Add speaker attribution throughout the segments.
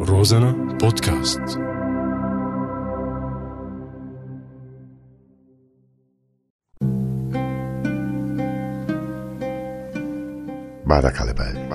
Speaker 1: روزانا بودكاست.
Speaker 2: بعدك على بالي.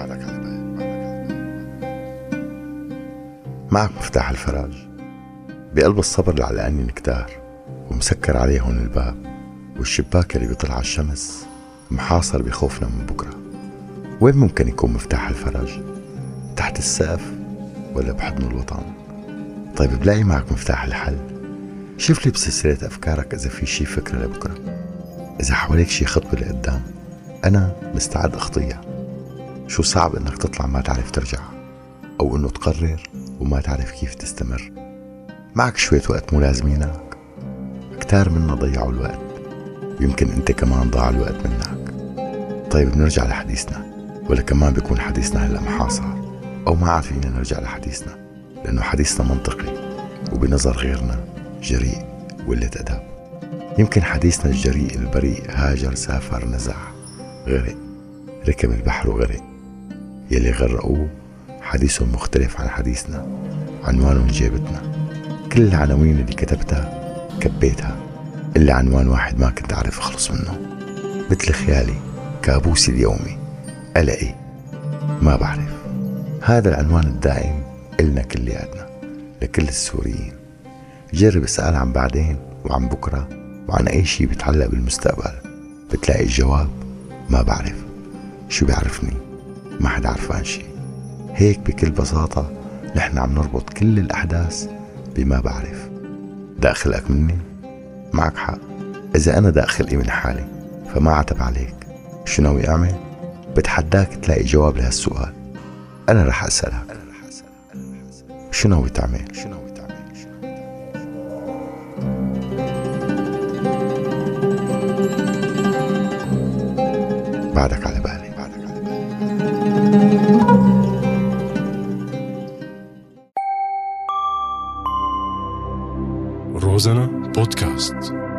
Speaker 2: معك مفتاح الفراج بقلب الصبر اللي علقاني نكتار، ومسكر عليه هون الباب، والشباك اللي بيطلع على الشمس محاصر بخوفنا من بكرة. وين ممكن يكون مفتاح الفرج؟ تحت السقف ولا بحضن الوطن؟ طيب بلاقي معك مفتاح الحل. شوف لي بسلسلة أفكارك إذا في شي فكرة لبكرة، إذا حواليك شي خطوة لقدام. أنا مستعد أخطيها. شو صعب إنك تطلع ما تعرف ترجع، أو إنه تقرر وما تعرف كيف تستمر. معك شوية وقت ملازمينك، كتار منا ضيعوا الوقت، ويمكن أنت كمان ضاع الوقت منك. طيب بنرجع لحديثنا، ولا كمان بيكون حديثنا هلأ محاصر، أو ما عاد فينا نرجع لحديثنا لأنه حديثنا منطقي وبنظر غيرنا جريء وقلة أدب. يمكن حديثنا الجريء البريء هاجر سافر نزح غرق، ركب البحر وغرق. يلي غرقوه حديثهم مختلف عن حديثنا، عنوانهم جابتنا. كل العناوين اللي كتبتها كبيتها، إلا عنوان واحد ما كنت أعرف أخلص منه. مثل خيالي، كابوسي اليومي، قلقي، ما بعرف. هذا العنوان الدائم إلنا كلياتنا، لكل السوريين. جرب اسأل عن بعدين وعن بكرة وعن أي شيء بيتعلق بالمستقبل، بتلاقي الجواب ما بعرف. شو بيعرفني؟ ما حدا عرفان شيء. هيك بكل بساطة نحن عم نربط كل الأحداث بما بعرف. دا أخلقك مني؟ معك حق. إذا أنا دا أخلقي من حالي فما عتب عليك. شو ناوي أعمل؟ بتحداك تلاقي جواب لهالسؤال. أنا رح أسألك، شو ناوي تعمل؟ بعدك على بالي.
Speaker 1: روزانا بودكاست.